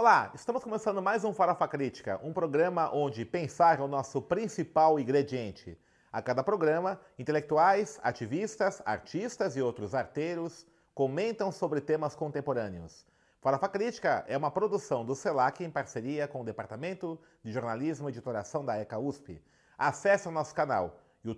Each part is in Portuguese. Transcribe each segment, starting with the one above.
Olá, estamos começando mais um Farofa Crítica, um programa onde pensar é o nosso principal ingrediente. A cada programa, intelectuais, ativistas, artistas e outros arteiros comentam sobre temas contemporâneos. Farofa Crítica é uma produção do CELAC em parceria com o Departamento de Jornalismo e Editoração da ECA USP. Acesse o nosso canal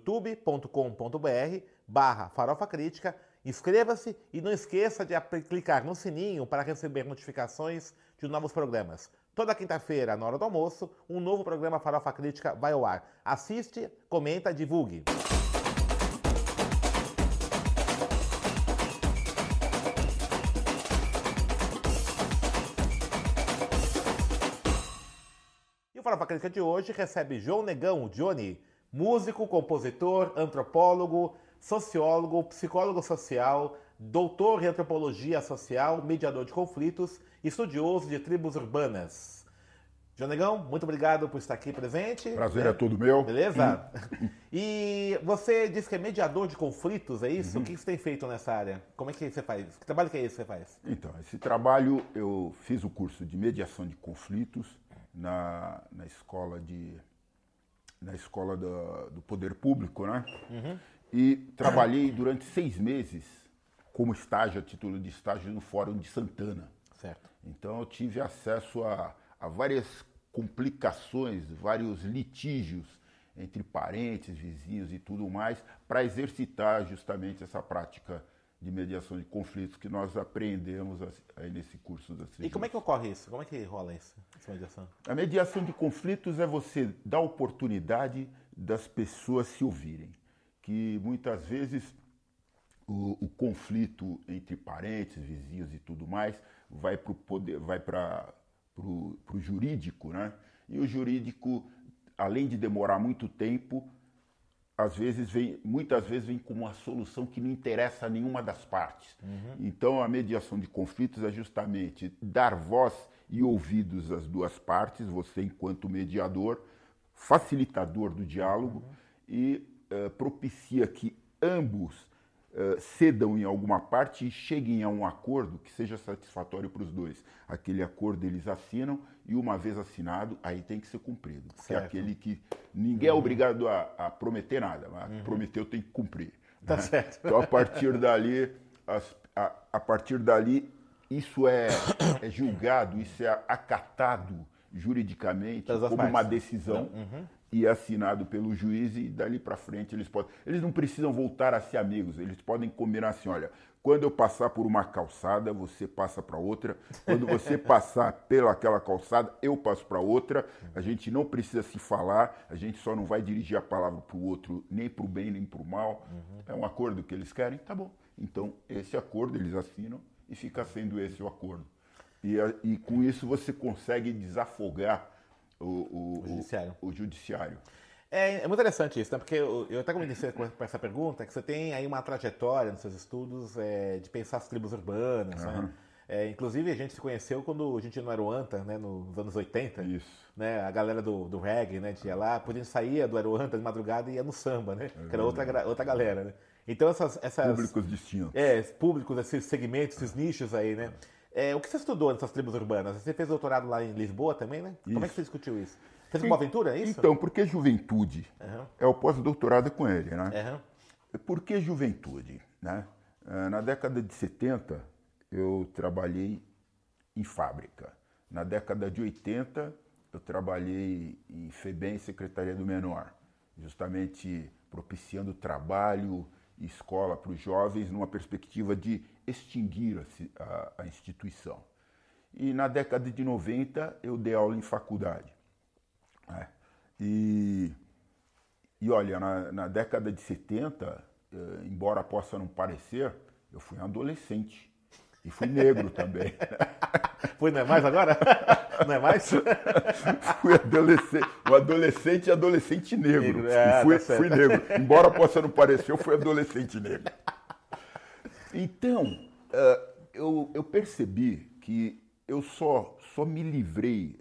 youtube.com.br/Farofa Crítica, inscreva-se e não esqueça de clicar no sininho para receber notificações de novos programas. Toda quinta-feira, na hora do almoço, um novo programa Farofa Crítica vai ao ar. Assiste, comenta, divulgue. E o Farofa Crítica de hoje recebe João Negão, Johnny, músico, compositor, antropólogo, sociólogo, psicólogo social, doutor em antropologia social, mediador de conflitos, estudioso de tribos urbanas. João Negão, muito obrigado por estar aqui presente. Prazer é todo meu. Beleza? E você disse que é mediador de conflitos, é isso? O que você tem feito nessa área? Como é que você faz? Que trabalho que é esse que você faz? Então, esse trabalho eu fiz o curso de mediação de conflitos na escola do Poder Público, né? E trabalhei durante 6 meses como estágio, a título de estágio, no Fórum de Santana. Certo. Então eu tive acesso a várias complicações, vários litígios entre parentes, vizinhos e tudo mais, para exercitar justamente essa prática de mediação de conflitos que nós aprendemos aí nesse curso da CGU. E como é que ocorre isso? Como é que rola isso, essa mediação? A mediação de conflitos é você dar oportunidade das pessoas se ouvirem, que muitas vezes o conflito entre parentes, vizinhos e tudo mais vai para o poder, vai para o jurídico, né? E o jurídico, além de demorar muito tempo, muitas vezes vem com uma solução que não interessa a nenhuma das partes. Então a mediação de conflitos é justamente dar voz e ouvidos às duas partes, você enquanto mediador, facilitador do diálogo e propicia que ambos cedam em alguma parte e cheguem a um acordo que seja satisfatório para os dois. Aquele acordo eles assinam e uma vez assinado, aí tem que ser cumprido. Porque é aquele que ninguém é obrigado a prometer nada, mas prometeu tem que cumprir. Tá né? certo. Então a partir dali isso é julgado, isso é acatado juridicamente como uma decisão e é assinado pelo juiz e dali para frente eles não precisam voltar a ser amigos, eles podem combinar assim, olha, quando eu passar por uma calçada, você passa para outra, quando você passar pelaquela calçada, eu passo para outra, a gente não precisa se falar, a gente só não vai dirigir a palavra para o outro, nem para o bem, nem para o mal, é um acordo que eles querem, tá bom, então esse acordo eles assinam e fica sendo esse o acordo. E com isso você consegue desafogar o judiciário. É muito interessante isso, né? Porque eu até comecei com essa pergunta, que você tem aí uma trajetória nos seus estudos de pensar as tribos urbanas, né? Inclusive a gente se conheceu quando a gente ia no Aruanta, né? Nos anos 80. Isso. Né? A galera do reggae, né? A gente ia lá, depois a gente saía do Aruanta de madrugada e ia no samba, né? Que era outra galera, né? Então essas públicos distintos. Públicos, esses segmentos, esses nichos aí, né? O que você estudou nessas tribos urbanas? Você fez doutorado lá em Lisboa também, né? Isso. Como é que você discutiu isso? Fez uma aventura, é isso? Então, porque juventude é o pós-doutorado com ele, né? Por que juventude? Né? Na década de 70, eu trabalhei em fábrica. Na década de 80, eu trabalhei em FEBEM, Secretaria do Menor, justamente propiciando trabalho e escola para os jovens numa perspectiva de extinguir a instituição. E na década de 90, eu dei aula em faculdade. Né? E olha, na década de 70, embora possa não parecer, eu fui um adolescente. E fui negro também. Não é mais agora? Não é mais? Fui adolescente negro. Fui negro. Embora possa não parecer, eu fui adolescente negro. Então, eu percebi que eu só me livrei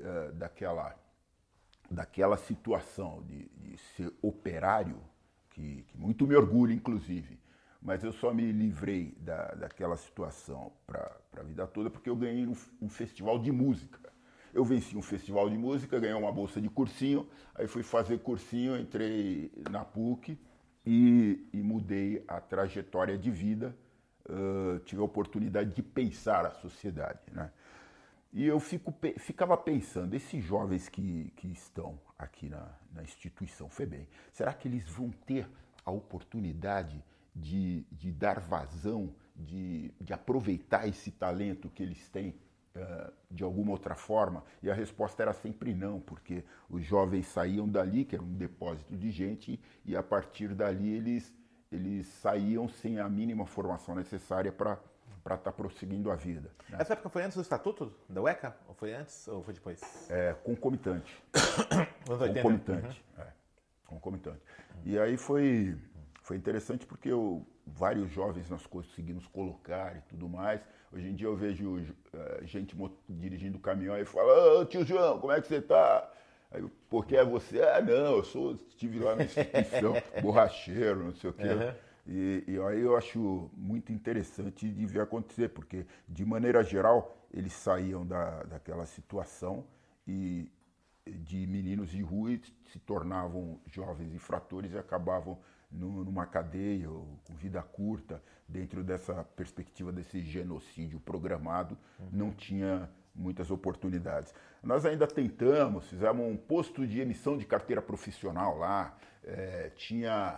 daquela situação de ser operário, que muito me orgulha, inclusive, mas eu só me livrei daquela situação para a vida toda porque eu ganhei um festival de música. Eu venci um festival de música, ganhei uma bolsa de cursinho, aí fui fazer cursinho, entrei na PUC e mudei a trajetória de vida, tive a oportunidade de pensar a sociedade, né? E eu ficava pensando, esses jovens que estão aqui na instituição FEBEM, será que eles vão ter a oportunidade de dar vazão, de aproveitar esse talento que eles têm de alguma outra forma? E a resposta era sempre não, porque os jovens saíam dali, que era um depósito de gente, e a partir dali eles saíam sem a mínima formação necessária para estar prosseguindo a vida, né? Essa época foi antes do Estatuto da UECA? Ou foi antes ou foi depois? Concomitante. Anos 80. Concomitante. Concomitante. E aí foi interessante porque vários jovens nós conseguimos colocar e tudo mais. Hoje em dia eu vejo gente dirigindo caminhão e fala: "Ô, tio João, como é que você tá?" Aí, por que é você? "Ah, não, estive lá na instituição, borracheiro, não sei o quê." E aí eu acho muito interessante de ver acontecer, porque, de maneira geral, eles saíam daquela situação e de meninos de rua e se tornavam jovens infratores e acabavam numa cadeia ou com vida curta. Dentro dessa perspectiva desse genocídio programado, não tinha muitas oportunidades. Nós ainda tentamos, fizemos um posto de emissão de carteira profissional lá, tinha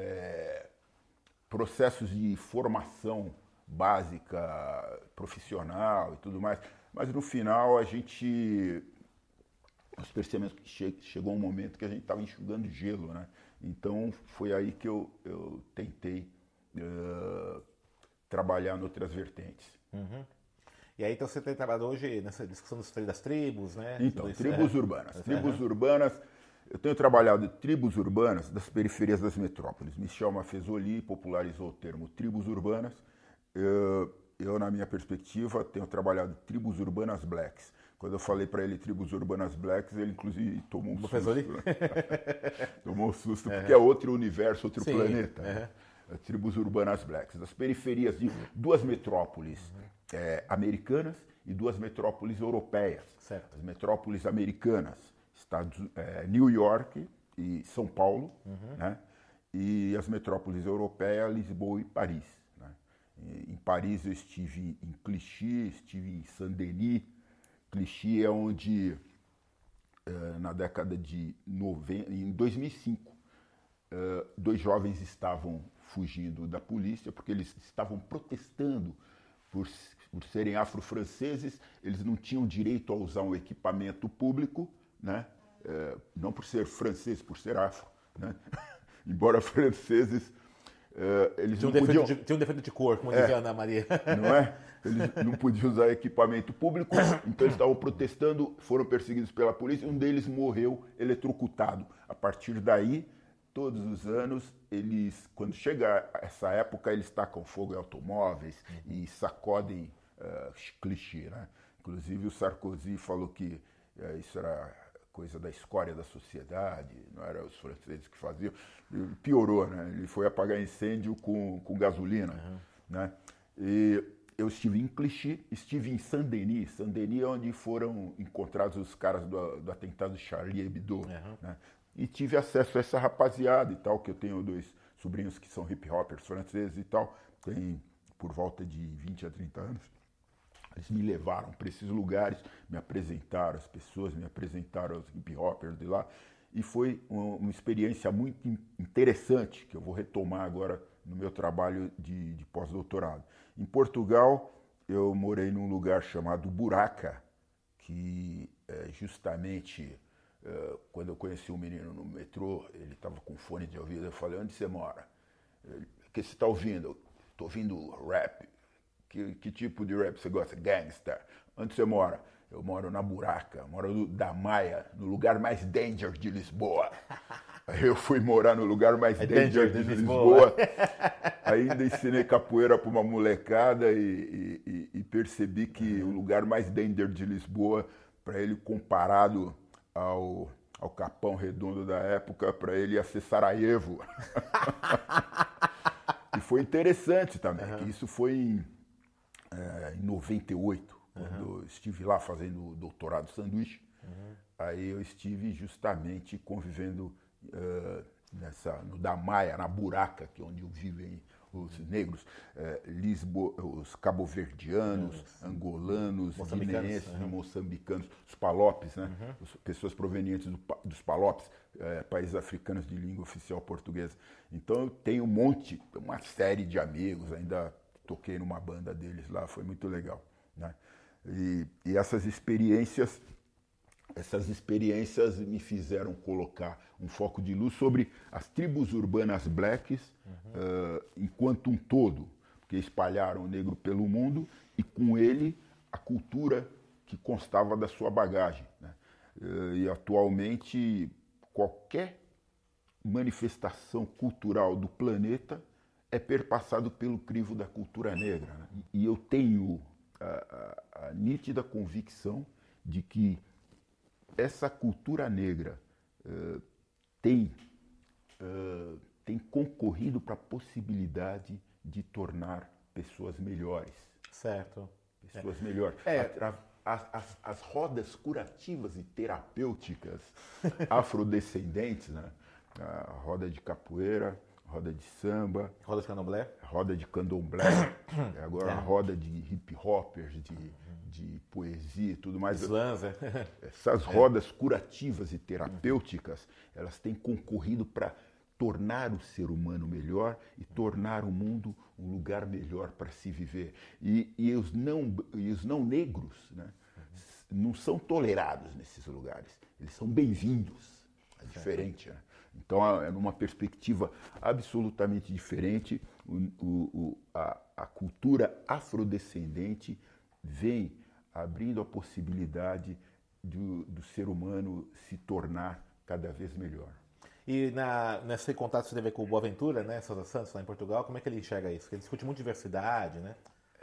processos de formação básica, profissional e tudo mais, mas no final nós percebemos que chegou um momento que a gente estava enxugando gelo, né? Então foi aí que eu tentei trabalhar em outras vertentes. E aí então você tem trabalhado hoje nessa discussão das tribos, né? Então, tribos urbanas. Tribos urbanas, eu tenho trabalhado em tribos urbanas das periferias das metrópoles. Michel Maffezoli popularizou o termo tribos urbanas. Eu, na minha perspectiva, tenho trabalhado em tribos urbanas blacks. Quando eu falei para ele tribos urbanas blacks, ele inclusive tomou um susto. Né? Tomou um susto, porque é outro universo, outro planeta. Né? Tribos urbanas blacks, das periferias de duas metrópoles americanas e duas metrópoles europeias. Certo. As metrópoles americanas, New York e São Paulo, né? E as metrópoles europeias, Lisboa e Paris. Né? Em Paris eu estive em Clichy, estive em Saint-Denis. Clichy é onde, na década de 90, em 2005, dois jovens estavam fugindo da polícia porque eles estavam protestando por serem afro-franceses. Eles não tinham direito a usar um equipamento público, né? Não por ser francês, por ser afro, né? Embora franceses, eles não podiam... Tinha um defeito de cor, como dizia a Ana Maria. Não é? Eles não podiam usar equipamento público, então eles estavam protestando, foram perseguidos pela polícia, um deles morreu eletrocutado. A partir daí, todos os anos, quando chega essa época, eles tacam fogo em automóveis e sacodem Clichy, né? Inclusive o Sarkozy falou que isso era coisa da escória da sociedade, não eram os franceses que faziam. Piorou, né? Ele foi apagar incêndio com gasolina, né? E eu estive em Clichy, estive em Saint-Denis. Saint-Denis é onde foram encontrados os caras do atentado de Charlie Hebdo, né? E tive acesso a essa rapaziada e tal, que eu tenho dois sobrinhos que são hip-hoppers franceses e tal, tem por volta de 20 a 30 anos. Eles me levaram para esses lugares, me apresentaram as pessoas, me apresentaram os hip-hoppers de lá. E foi uma experiência muito interessante, que eu vou retomar agora no meu trabalho de pós-doutorado. Em Portugal, eu morei num lugar chamado Buraca, que justamente... quando eu conheci um menino no metrô, ele estava com fone de ouvido, eu falei: "Onde você mora?" Ele: "O que você está ouvindo?" "Estou ouvindo rap." Que tipo de rap você gosta?" "Gangster." "Onde você mora?" "Eu moro na Buraca, moro no da Maia, no lugar mais danger de Lisboa." Aí eu fui morar no lugar mais danger de Lisboa. Ainda ensinei capoeira para uma molecada e percebi que o lugar mais danger de Lisboa, para ele comparado ao Capão Redondo da época, para ele ia ser Sarajevo. E foi interessante também, que isso foi em 98. Quando eu estive lá fazendo o doutorado sanduíche, aí eu estive justamente convivendo no Damaia, na Buraca, que é onde vivem os negros, os cabo-verdianos, angolanos, guineenses, moçambicanos, os palopes, né? As pessoas provenientes dos palopes, países africanos de língua oficial portuguesa. Então eu tenho uma série de amigos, ainda toquei numa banda deles lá, foi muito legal, né? E essas experiências me fizeram colocar um foco de luz sobre as tribos urbanas blacks enquanto um todo, porque espalharam o negro pelo mundo e com ele a cultura que constava da sua bagagem, né? E atualmente qualquer manifestação cultural do planeta é perpassado pelo crivo da cultura negra, né? E eu tenho a nítida convicção de que essa cultura negra tem concorrido para a possibilidade de tornar pessoas melhores. Certo. Pessoas melhores. As rodas curativas e terapêuticas afrodescendentes, né? A roda de capoeira, roda de samba, roda de candomblé, agora a roda de hip hoppers, de poesia e tudo mais. Slams, Essas rodas curativas e terapêuticas, elas têm concorrido para tornar o ser humano melhor e tornar o mundo um lugar melhor para se viver. E os não negros, né, não são tolerados nesses lugares, eles são bem-vindos. É diferente, né? Então, é numa perspectiva absolutamente diferente, a cultura afrodescendente vem abrindo a possibilidade do ser humano se tornar cada vez melhor. E nesse contato que você teve com o Boaventura, né, Sousa Santos, lá em Portugal, como é que ele enxerga isso? Porque ele discute muito diversidade, né?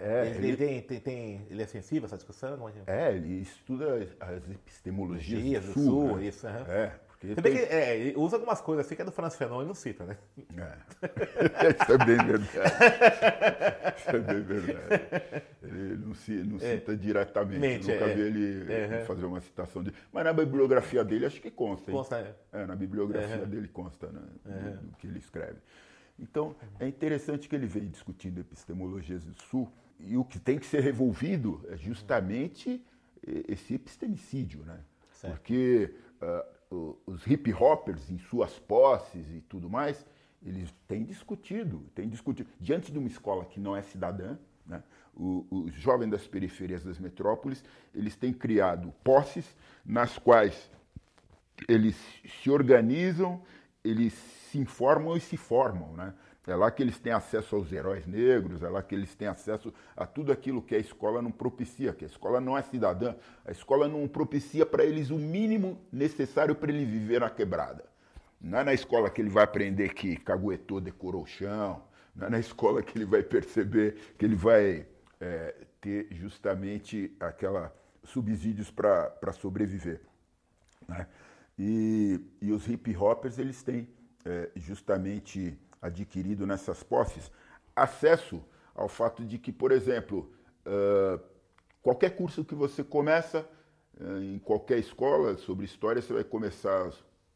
Ele é sensível a essa discussão? Ele estuda as epistemologias do Sul. Sul, né? Isso, Porque ele usa algumas coisas assim que é do Franz Fanon e não cita, né? Isso é bem verdade. Isso é bem verdade. Ele não cita diretamente. Eu nunca vi ele fazer uma citação de. Mas na bibliografia dele acho que consta. Consta, na bibliografia dele consta, né, do que ele escreve. Então, é interessante que ele vem discutindo epistemologias do Sul, e o que tem que ser revolvido é justamente esse epistemicídio, né? Certo. Porque os hip hoppers, em suas posses e tudo mais, eles têm discutido. Diante de uma escola que não é cidadã, né, os jovens das periferias das metrópoles, eles têm criado posses nas quais eles se organizam, eles se informam e se formam, né? É lá que eles têm acesso aos heróis negros, é lá que eles têm acesso a tudo aquilo que a escola não propicia, que a escola não é cidadã, a escola não propicia para eles o mínimo necessário para ele viver na quebrada. Não é na escola que ele vai aprender que caguetou, decorou o chão, não é na escola que ele vai perceber que ele vai ter justamente subsídios para sobreviver, né? E os hip hoppers, eles têm justamente adquirido nessas posses acesso ao fato de que, por exemplo, qualquer curso que você começa em qualquer escola sobre história, você vai começar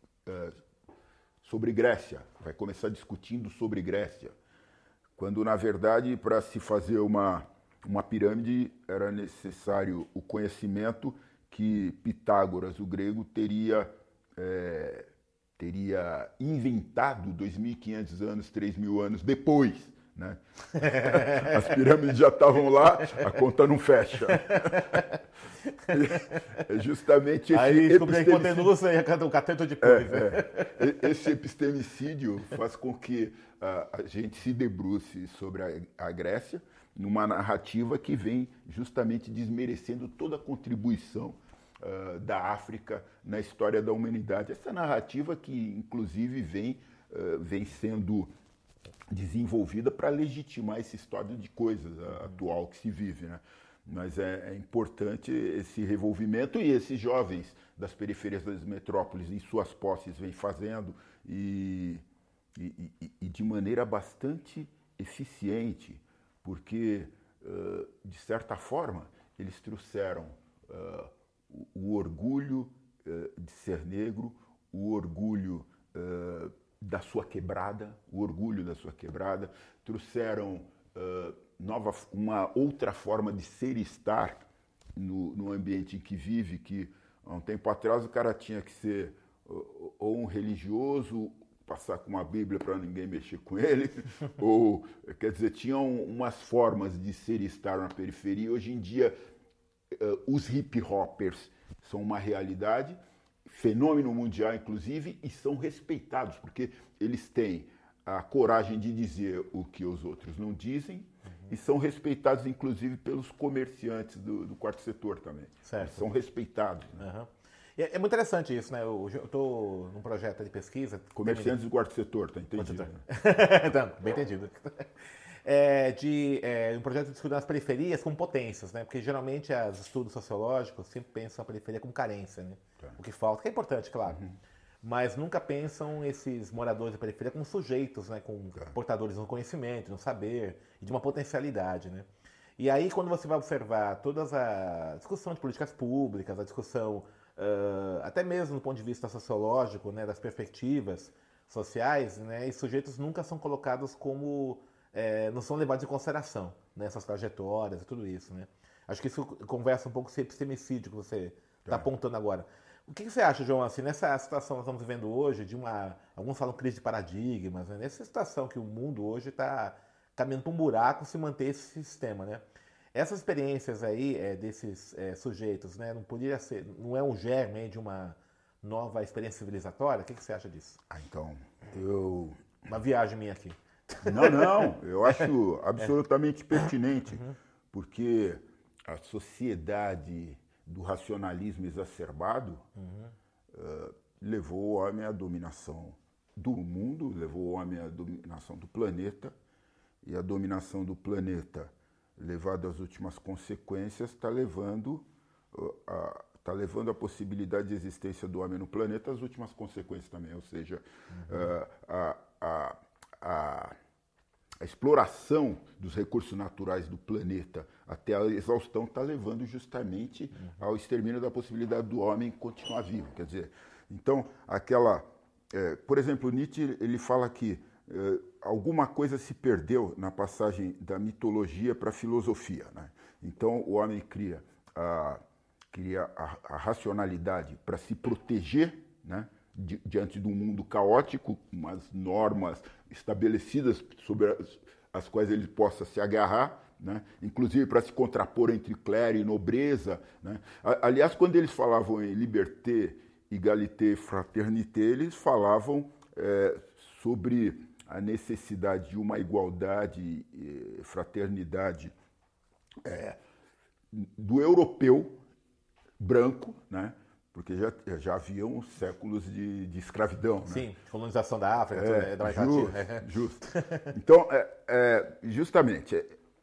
sobre Grécia, vai começar discutindo sobre Grécia, quando, na verdade, para se fazer uma pirâmide era necessário o conhecimento que Pitágoras, o grego, teria inventado 2.500 anos, 3.000 anos depois, né? As pirâmides já estavam lá, a conta não fecha. É justamente esse aí descobri a hipotenusa e o cateto de Cruz. Esse epistemicídio faz com que a gente se debruce sobre a Grécia numa narrativa que vem justamente desmerecendo toda a contribuição da África na história da humanidade. Essa narrativa que, inclusive, vem sendo desenvolvida para legitimar esse estado de coisas atual que se vive, né? Mas é importante esse revolvimento, e esses jovens das periferias das metrópoles, em suas posses, vêm fazendo, e de maneira bastante eficiente, porque, de certa forma, eles trouxeram o orgulho de ser negro, o orgulho da sua quebrada, trouxeram uma outra forma de ser e estar no ambiente em que vive, que há um tempo atrás o cara tinha que ser ou um religioso, passar com uma Bíblia para ninguém mexer com ele, ou, quer dizer, tinham umas formas de ser e estar na periferia. Hoje em dia, os hip-hoppers são uma realidade, fenômeno mundial, inclusive, e são respeitados, porque eles têm a coragem de dizer o que os outros não dizem, e são respeitados, inclusive, pelos comerciantes do quarto setor também. Certo. São respeitados. Né? Uhum. É muito interessante isso, né? Eu estou num projeto de pesquisa... Comerciantes do quarto setor, tá entendido? Então, bem entendido. Um projeto de estudo nas periferias como potências, né? Porque geralmente os estudos sociológicos sempre pensam a periferia como carência, né? Tá. O que falta, que é importante, claro. Mas nunca pensam esses moradores da periferia como sujeitos, né? Com portadores de um conhecimento, de um saber e de uma potencialidade, né? E aí, quando você vai observar toda a discussão de políticas públicas, a discussão até mesmo do ponto de vista sociológico, né, das perspectivas sociais, né, e sujeitos nunca são colocados como... não são levados em consideração, né, essas trajetórias e tudo isso, né? Acho que isso conversa um pouco com esse epistemicídio que você está apontando agora. O que você acha, João, assim, nessa situação que nós estamos vivendo hoje, alguns falam crise de paradigmas, né, nessa situação que o mundo hoje está caminhando para um buraco se manter esse sistema, né? Essas experiências aí desses sujeitos, né, não é um germe de uma nova experiência civilizatória? O que você acha disso? Então, Uma viagem minha aqui. Não, eu acho absolutamente pertinente, porque a sociedade do racionalismo exacerbado levou o homem à dominação do mundo, levou o homem à dominação do planeta, e a dominação do planeta, levada às últimas consequências, está levando a possibilidade de existência do homem no planeta às últimas consequências também, ou seja, a exploração dos recursos naturais do planeta até a exaustão está levando justamente ao extermínio da possibilidade do homem continuar vivo. Quer dizer, então, por exemplo, Nietzsche ele fala que alguma coisa se perdeu na passagem da mitologia para a filosofia, né? Então, o homem cria a racionalidade para se proteger, né, diante de um mundo caótico, umas normas estabelecidas sobre as quais ele possa se agarrar, né, inclusive para se contrapor entre clero e nobreza, né? Aliás, quando eles falavam em liberté, égalité, fraternité, eles falavam sobre a necessidade de uma igualdade e fraternidade do europeu branco, né? Porque já haviam séculos de escravidão. Sim, né? Colonização da África, da América Latina. Justo. Então, justamente,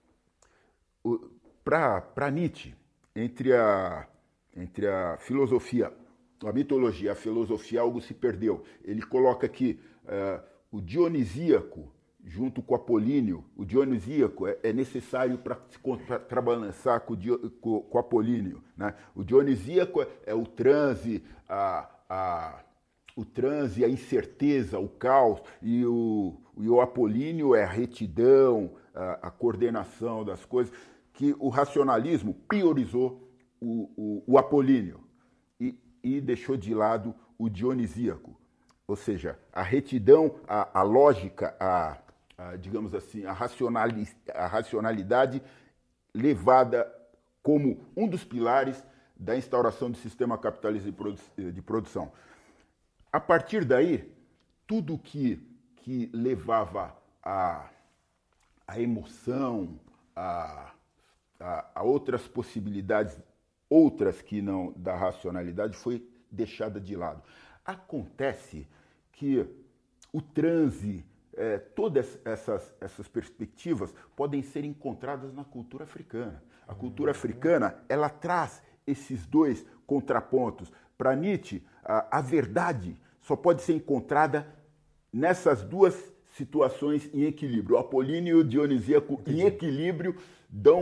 para Nietzsche, entre a filosofia, a mitologia, a filosofia, algo se perdeu. Ele coloca que o dionisíaco, junto com o apolíneo, o dionisíaco é necessário para se contrabalançar com o apolíneo, né? O dionisíaco é o transe, a incerteza, o caos, e o apolíneo é a retidão, a coordenação das coisas, que o racionalismo priorizou o apolíneo e deixou de lado o dionisíaco. Ou seja, a retidão, a lógica, digamos assim, a racionalidade levada como um dos pilares da instauração do sistema capitalista de produção. A partir daí, tudo que levava a emoção, a outras possibilidades, outras que não da racionalidade, foi deixada de lado. Acontece que o transe, todas essas perspectivas podem ser encontradas na cultura africana. A cultura africana, ela traz esses dois contrapontos. Para Nietzsche, a verdade só pode ser encontrada nessas duas situações em equilíbrio. O apolíneo e o dionisíaco em equilíbrio dão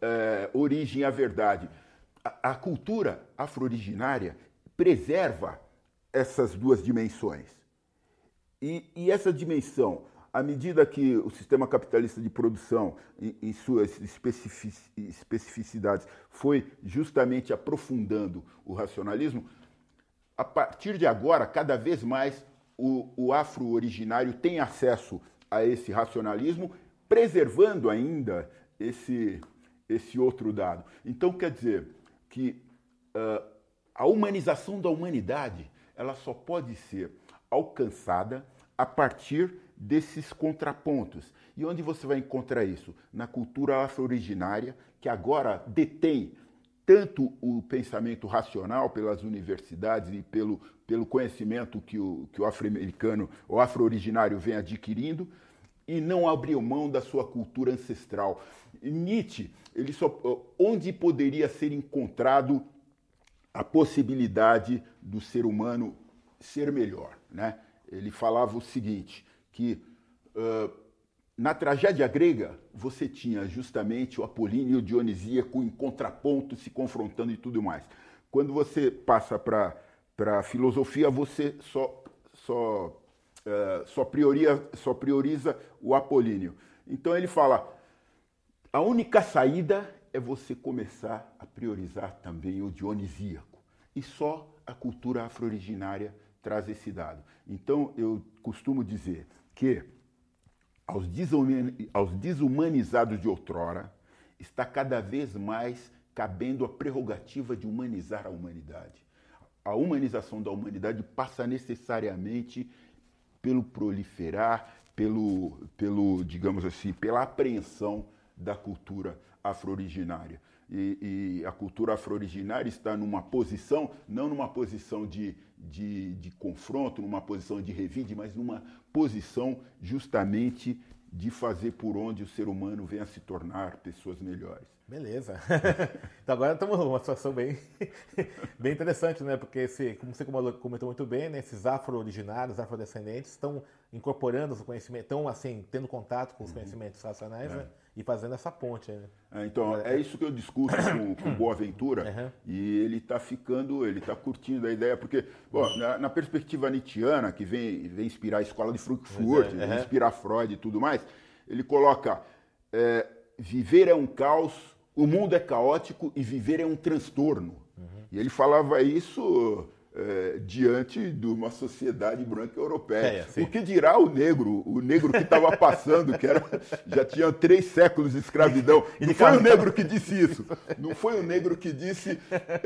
origem à verdade. A cultura afro-originária preserva essas duas dimensões. E essa dimensão, à medida que o sistema capitalista de produção, em suas especificidades, foi justamente aprofundando o racionalismo, a partir de agora, cada vez mais, o afro-originário tem acesso a esse racionalismo, preservando ainda esse outro dado. Então, quer dizer que a humanização da humanidade ela só pode ser alcançada a partir desses contrapontos. E onde você vai encontrar isso? Na cultura afro-originária, que agora detém tanto o pensamento racional pelas universidades e pelo conhecimento que o afro-americano, o afro-originário vem adquirindo, e não abriu mão da sua cultura ancestral. Nietzsche, onde poderia ser encontrado a possibilidade do ser humano ser melhor, né? Ele falava o seguinte, que na tragédia grega você tinha justamente o Apolíneo e o Dionisíaco em contraponto, se confrontando e tudo mais. Quando você passa para a filosofia, você só prioriza o Apolíneo. Então ele fala, a única saída é você começar a priorizar também o Dionisíaco. E só a cultura afro-originária traz esse dado. Então eu costumo dizer que aos desumanizados de outrora está cada vez mais cabendo a prerrogativa de humanizar a humanidade. A humanização da humanidade passa necessariamente pelo proliferar, digamos assim, pela apreensão da cultura afro-originária. E a cultura afro-originária está numa posição, não numa posição de confronto, numa posição de revide, mas numa posição justamente de fazer por onde o ser humano venha a se tornar pessoas melhores. Beleza. Então agora estamos numa situação bem interessante, né? Porque, como você comentou muito bem, né? Esses afro-originários, afrodescendentes estão incorporando os conhecimentos, estão assim, tendo contato com os conhecimentos racionais, né? E fazendo essa ponte. Né? Então, é isso que eu discuto com o Boaventura, e ele está curtindo a ideia, porque, bom, na perspectiva nietzschiana, que vem inspirar a escola de Frankfurt, vem inspirar Freud e tudo mais, ele coloca, viver é um caos, o mundo é caótico e viver é um transtorno. E ele falava isso diante de uma sociedade branca europeia. O que dirá o negro que estava passando, já tinha 3 séculos de escravidão. Não foi o negro que disse isso. Não foi o negro que disse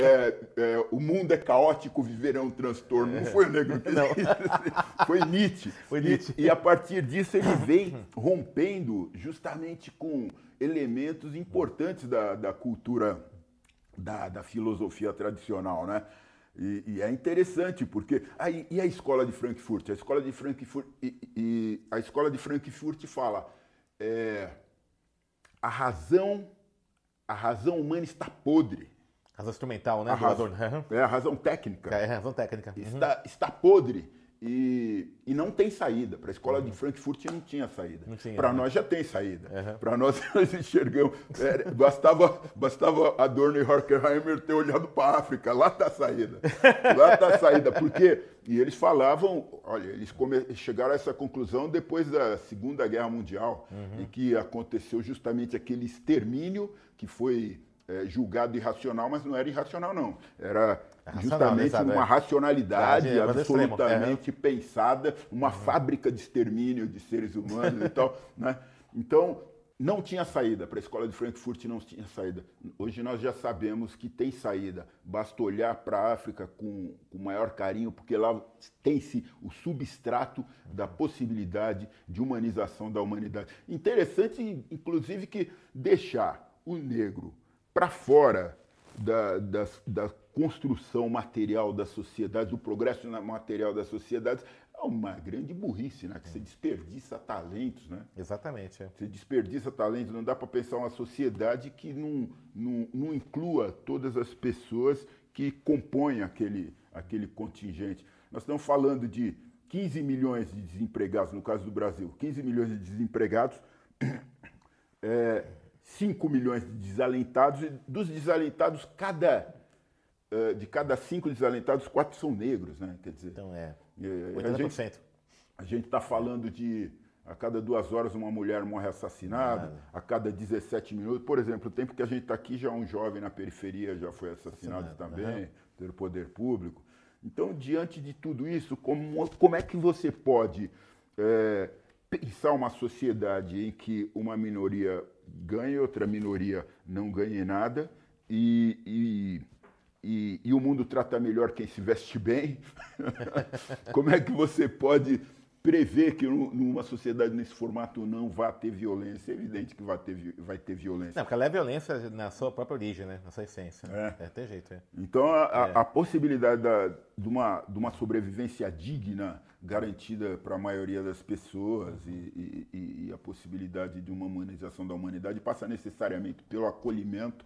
o mundo é caótico, viver é um transtorno. Não foi o negro que disse isso. Foi Nietzsche. E a partir disso ele vem rompendo justamente com elementos importantes da cultura, da filosofia tradicional, né? E é interessante, porque... E a escola de Frankfurt? A escola de Frankfurt fala a razão humana está podre. Razão instrumental, né? A razão técnica. A razão técnica. Está podre e não tem saída. Para a escola de Frankfurt não tinha saída. Para nós já tem saída. Para nós enxergamos. Bastava Adorno e Horkheimer ter olhado para a África. Lá está a saída. Lá está a saída. Porque... E eles falavam... Olha, eles chegaram a essa conclusão depois da Segunda Guerra Mundial, em que aconteceu justamente aquele extermínio que foi julgado irracional, mas não era irracional, não. Era justamente uma racionalidade absolutamente pensada, uma fábrica de extermínio de seres humanos e tal, né? Então, não tinha saída. Para a escola de Frankfurt não tinha saída. Hoje nós já sabemos que tem saída. Basta olhar para a África com maior carinho, porque lá tem-se o substrato da possibilidade de humanização da humanidade. Interessante, inclusive, que deixar o negro para fora da construção material das sociedades, do progresso material das sociedades, é uma grande burrice, né? Que você desperdiça talentos, né? Exatamente. Você desperdiça talentos, não dá para pensar uma sociedade que não inclua todas as pessoas que compõem aquele contingente. Nós estamos falando de 15 milhões de desempregados, no caso do Brasil, 15 milhões de desempregados, 5 milhões de desalentados, e dos desalentados, de cada 5 desalentados, 4 são negros, né? Quer dizer, então 80%. A gente está falando de a cada 2 horas uma mulher morre assassinada, a cada 17 minutos. Por exemplo, o tempo que a gente está aqui, já um jovem na periferia já foi assassinado também, pelo poder público. Então, diante de tudo isso, como é que você pode pensar uma sociedade em que uma minoria ganha e outra minoria não ganhe nada e o mundo trata melhor quem se veste bem? Como é que você pode prever que numa sociedade nesse formato não vai ter violência? É evidente que vai ter violência. Não, porque ela é violência na sua própria origem, né? Na sua essência. Tem jeito. Então, a possibilidade de uma sobrevivência digna garantida para a maioria das pessoas e a possibilidade de uma humanização da humanidade passa necessariamente pelo acolhimento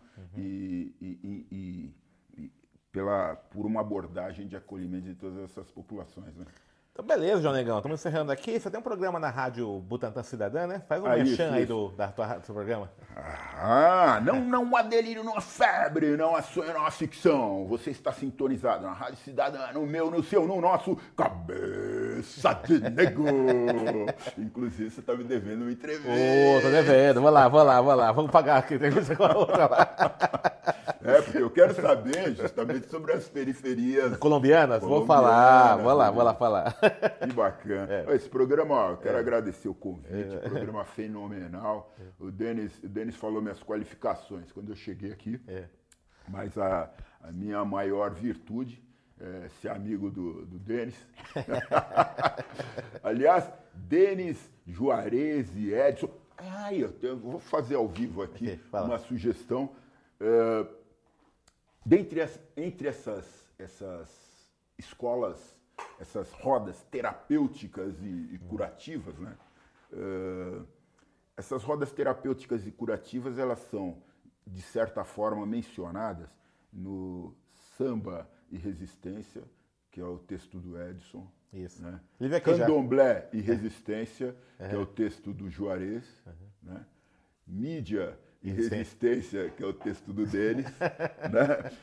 por uma abordagem de acolhimento de todas essas populações, né? Então, beleza, João Negão. Estamos encerrando aqui. Você tem um programa na Rádio Butantan Cidadã, né? Faz um merchan aí do seu programa. Não há delírio, não há febre, não há sonho, não há ficção. Você está sintonizado na Rádio Cidadã, no seu, no nosso Cabeça de Negro. Inclusive, você está me devendo uma entrevista. Tô devendo. Vou lá. Vamos pagar aqui. Tem coisa com a outra lá. Porque eu quero saber justamente sobre as periferias colombianas. Vou falar. Vou lá falar. Que bacana. Esse programa, eu quero agradecer o convite, programa fenomenal. O Denis falou minhas qualificações quando eu cheguei aqui, mas a minha maior virtude é ser amigo do Denis. Aliás, Denis, Juarez e Edson. Eu vou fazer ao vivo aqui uma sugestão. Entre essas escolas, essas rodas terapêuticas e curativas, né? Essas rodas terapêuticas e curativas, elas são, de certa forma, mencionadas no Samba e Resistência, que é o texto do Edson. Isso. Né? Candomblé e Resistência, que é o texto do Juarez. Né? Mídia e Resistência, que é o texto do Denis. Né?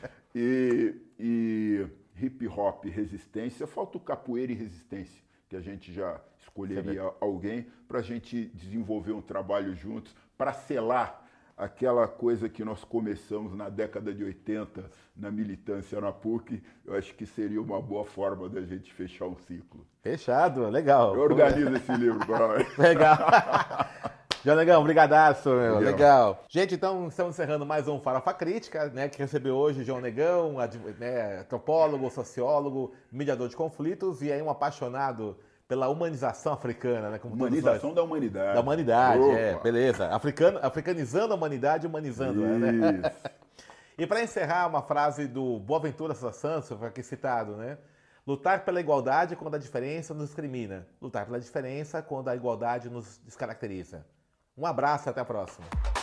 E hip hop e resistência, falta o capoeira e resistência, que a gente já escolheria alguém para a gente desenvolver um trabalho juntos, para selar aquela coisa que nós começamos na década de 80, na militância na PUC. Eu acho que seria uma boa forma da gente fechar um ciclo. Fechado, legal. Eu organizo esse livro para nós. Legal. João Negão, brigadaço, meu. Legal. Gente, então estamos encerrando mais um Farofa Crítica, né, que recebeu hoje João Negão, antropólogo, sociólogo, mediador de conflitos e aí um apaixonado pela humanização africana, né? Como humanização da humanidade. Da humanidade, beleza. Africanizando a humanidade, humanizando ela, né? E para encerrar, uma frase do Boaventura Santos, foi aqui citado, né? Lutar pela igualdade quando a diferença nos discrimina. Lutar pela diferença quando a igualdade nos descaracteriza. Um abraço e até a próxima.